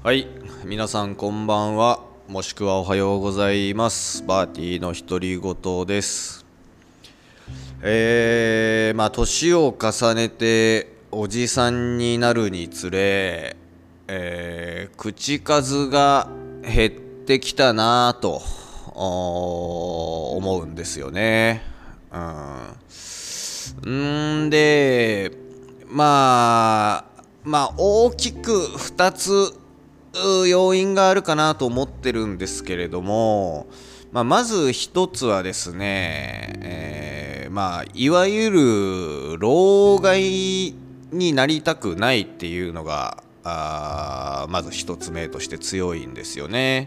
はい、皆さんこんばんは、もしくはおはようございます。バーティーの独り言です。年を重ねておじさんになるにつれ、口数が減ってきたなぁと思うんですよね。で、大きく2つ要因があるかなと思ってるんですけれども、まず一つはですね、いわゆる老害になりたくないっていうのがまず一つ目として強いんですよね。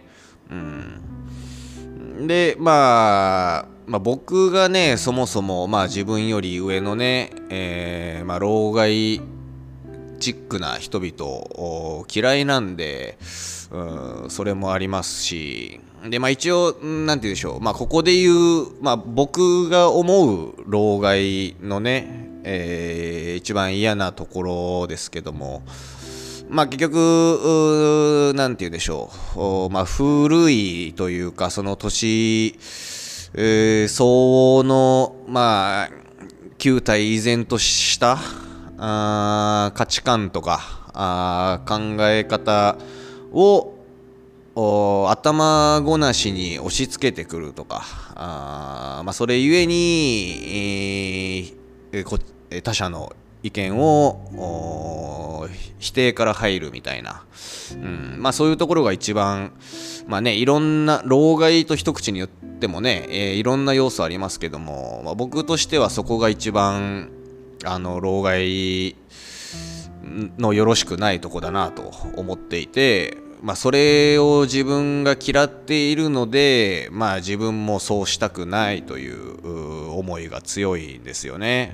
で、僕がね、そもそも自分より上のね、老害チックな人々を嫌いなんで、それもありますし、で一応なんて言うんでしょう、ここで言う、僕が思う老害のね、一番嫌なところですけども、結局なんて言うんでしょう、古いというか、その年、相応の旧態依然とした価値観とか考え方を頭ごなしに押し付けてくるとか、それゆえに、他者の意見を否定から入るみたいな、そういうところが一番、いろんな老害と一口に言ってもね、いろんな要素ありますけども、僕としてはそこが一番老害のよろしくないとこだなと思っていて、それを自分が嫌っているので、自分もそうしたくないという思いが強いんですよね。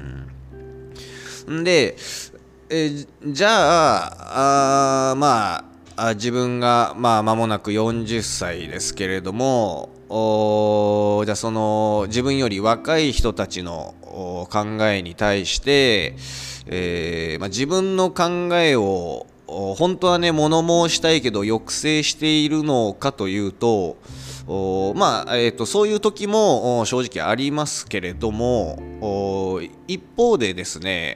で、じゃあ自分が間もなく40歳ですけれども、じゃあその自分より若い人たちの考えに対して、自分の考えを本当はね物申したいけど抑制しているのかというと、そういう時も正直ありますけれども、一方でですね、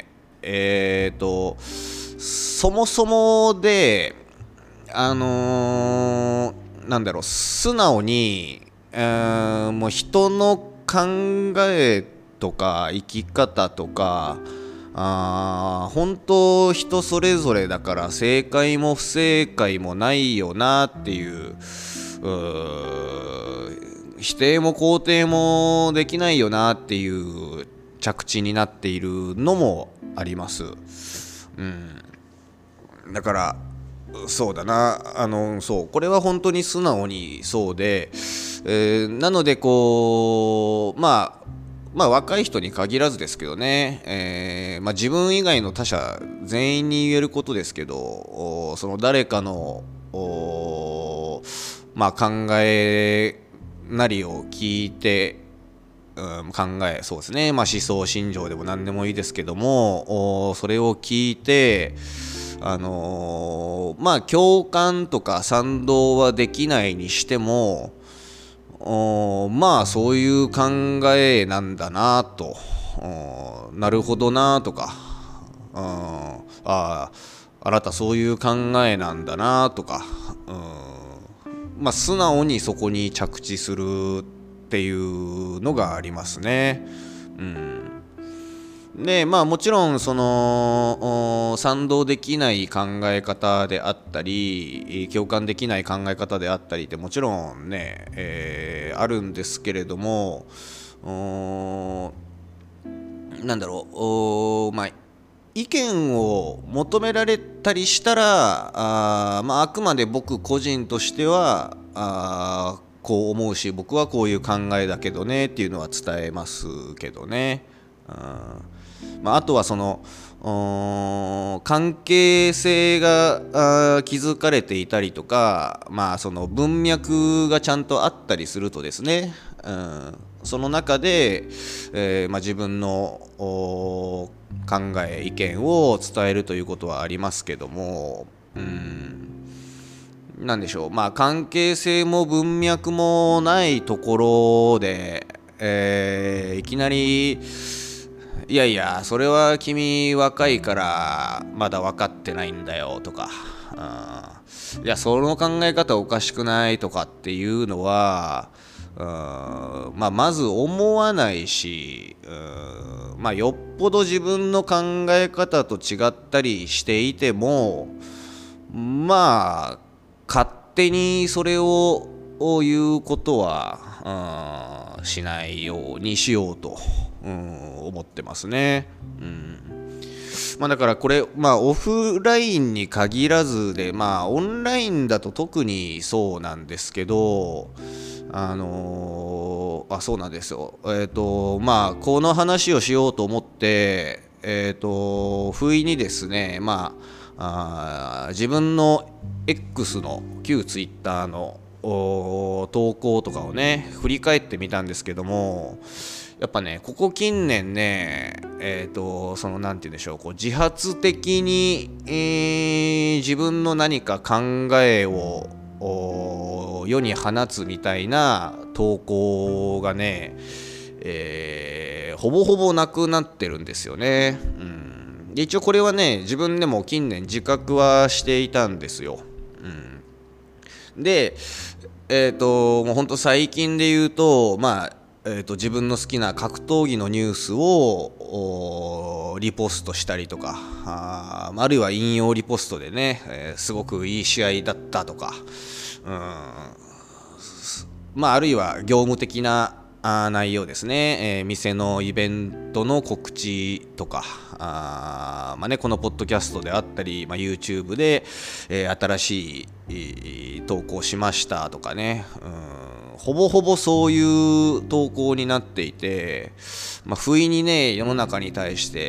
そもそもで素直に、もう人の考えとか生き方とか、本当人それぞれだから正解も不正解もないよなっていう、否定も肯定もできないよなっていう着地になっているのもあります。だからそうだな、そうこれは本当に素直にそうで、なので若い人に限らずですけどね、自分以外の他者全員に言えることですけど、その誰かの考えなりを聞いて、そうですね、思想信条でも何でもいいですけども、それを聞いて共感とか賛同はできないにしても、そういう考えなんだなと、なるほどなとか、あなたそういう考えなんだなとか、素直にそこに着地するっていうのがありますね。でもちろんその賛同できない考え方であったり共感できない考え方であったりってもちろんね、あるんですけれども、意見を求められたりしたらあくまで僕個人としてはこう思うし僕はこういう考えだけどねっていうのは伝えますけどね。あとはその関係性が築かれていたりとか、その文脈がちゃんとあったりするとですね、その中で、自分の考え意見を伝えるということはありますけども、 なんでしょう、まあ関係性も文脈もないところで、いきなりいやいやそれは君若いからまだ分かってないんだよとか、いやその考え方おかしくないとかっていうのは、まあ、まず思わないし、まあ、よっぽど自分の考え方と違ったりしていてもまあ勝手にそれを言うことは、しないようにしようと、思ってますね。まあ、だからこれ、まあ、オフラインに限らずで、まあ、オンラインだと特にそうなんですけど、そうなんですよ。まあ、この話をしようと思って、不意にですね、まあ、自分の X の旧 Twitter の投稿とかをね、振り返ってみたんですけども、やっぱねここ近年ねそのなんて言うんでしょう、こう自発的に、自分の何か考えを世に放つみたいな投稿がね、ほぼほぼなくなってるんですよね。で一応これはね自分でも近年自覚はしていたんですよ。でもうほんと最近で言うとまあ自分の好きな格闘技のニュースをリポストしたりとか、あるいは引用リポストでね、すごくいい試合だったとか、まあ、あるいは業務的な内容ですね、店のイベントの告知とか、まあね、このポッドキャストであったり、まあ、YouTube で、新しい投稿しましたとかね、ほぼほぼそういう投稿になっていて、まあ、不意にね世の中に対して、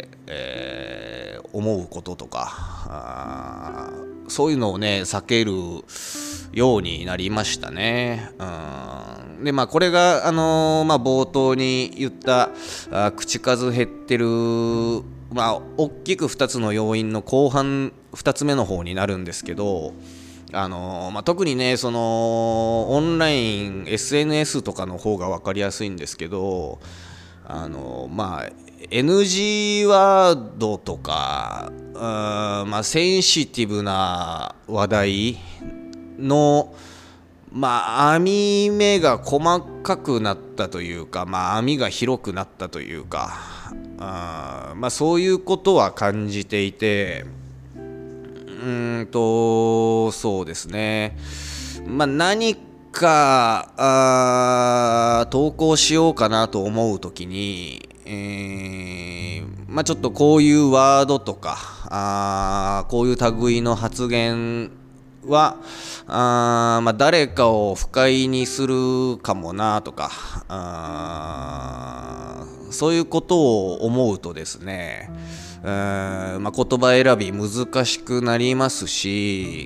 思うこととかそういうのをね避けるようになりましたね。でまあこれがまあ、冒頭に言った口数減ってる、まあ大きく2つの要因の後半2つ目の方になるんですけど、まあ、特にねそのオンライン SNS とかの方が分かりやすいんですけどまあ NG ワードとかまあ、センシティブな話題のまあ網目が細かくなったというか、まあ、網が広くなったというかまあ、そういうことは感じていてそうですね、まあ、何か投稿しようかなと思うときに、まあ、ちょっとこういうワードとかこういう類の発言はまあ、誰かを不快にするかもなとかそういうことを思うとですねまあ、言葉選び難しくなりますし、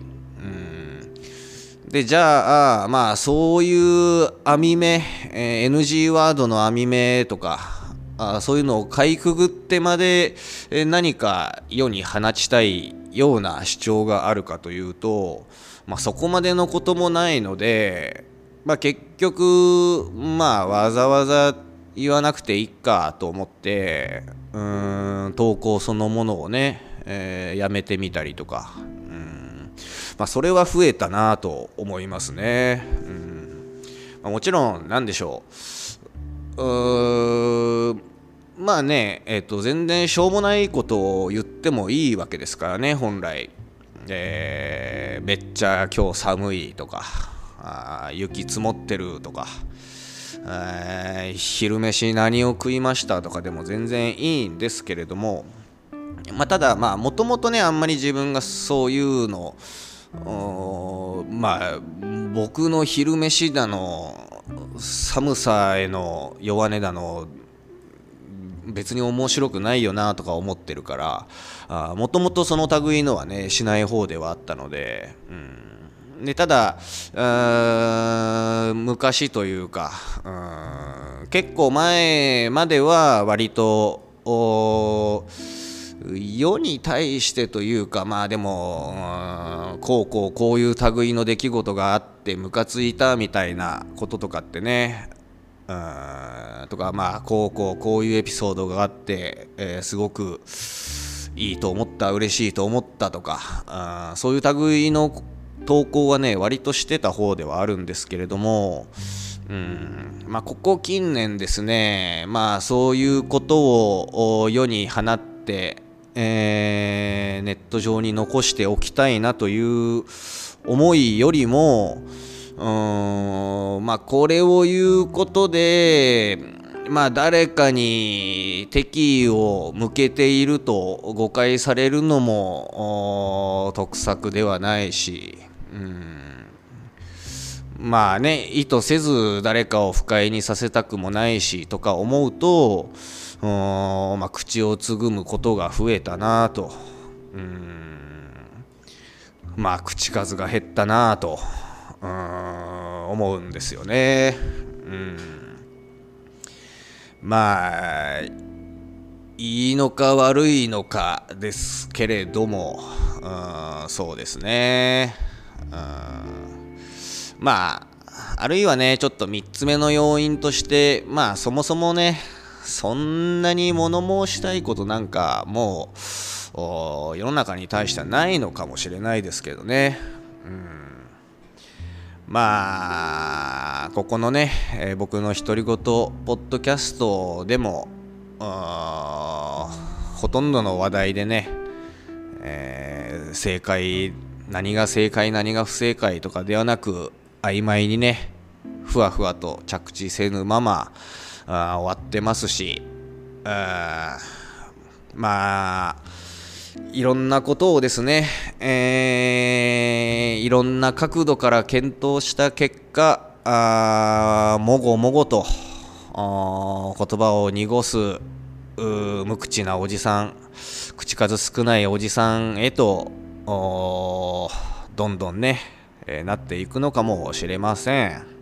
でじゃあまあそういう網目、NG ワードの網目とかそういうのをかいくぐってまで、何か世に放ちたいような主張があるかというと、まあ、そこまでのこともないので、まあ、結局まあわざわざ言わなくていいかと思って投稿そのものをね、やめてみたりとかまあ、それは増えたなと思いますね。まあ、もちろんなんでしょうまあね全然しょうもないことを言ってもいいわけですからね本来、めっちゃ今日寒いとか雪積もってるとか昼飯何を食いましたとかでも全然いいんですけれども、まあ、ただまあもともとねあんまり自分がそういうのまあ僕の昼飯だの寒さへの弱音だの別に面白くないよなとか思ってるからもともとその類のはねしない方ではあったので、でただ昔というか結構前までは割と世に対してというか、まあでも、こういう類の出来事があってムカついたみたいなこととかってね、とか、まあこういうエピソードがあって、すごくいいと思った、嬉しいと思ったとか、そういう類の投稿はね割としてた方ではあるんですけれども、まあここ近年ですね、まあそういうことを世に放って、ネット上に残しておきたいなという思いよりも、まあこれを言うことで、まあ誰かに敵意を向けていると誤解されるのも得策ではないし、まあね、意図せず誰かを不快にさせたくもないしとか思うと、まあ、口をつぐむことが増えたなと、まあ口数が減ったなと思うんですよね。まあいいのか悪いのかですけれども、そうですね。まああるいはね、ちょっと3つ目の要因として、まあそもそもね、そんなに物申したいことなんかもう世の中に対してはないのかもしれないですけどね。まあここのね、僕の独り言ポッドキャストでもほとんどの話題でね、正解、何が正解何が不正解とかではなく、曖昧にねふわふわと着地せぬまま終わってますし、まあいろんなことをですね、いろんな角度から検討した結果、もごもごと言葉を濁す無口なおじさん、口数少ないおじさんへとどんどんね、なっていくのかもしれません。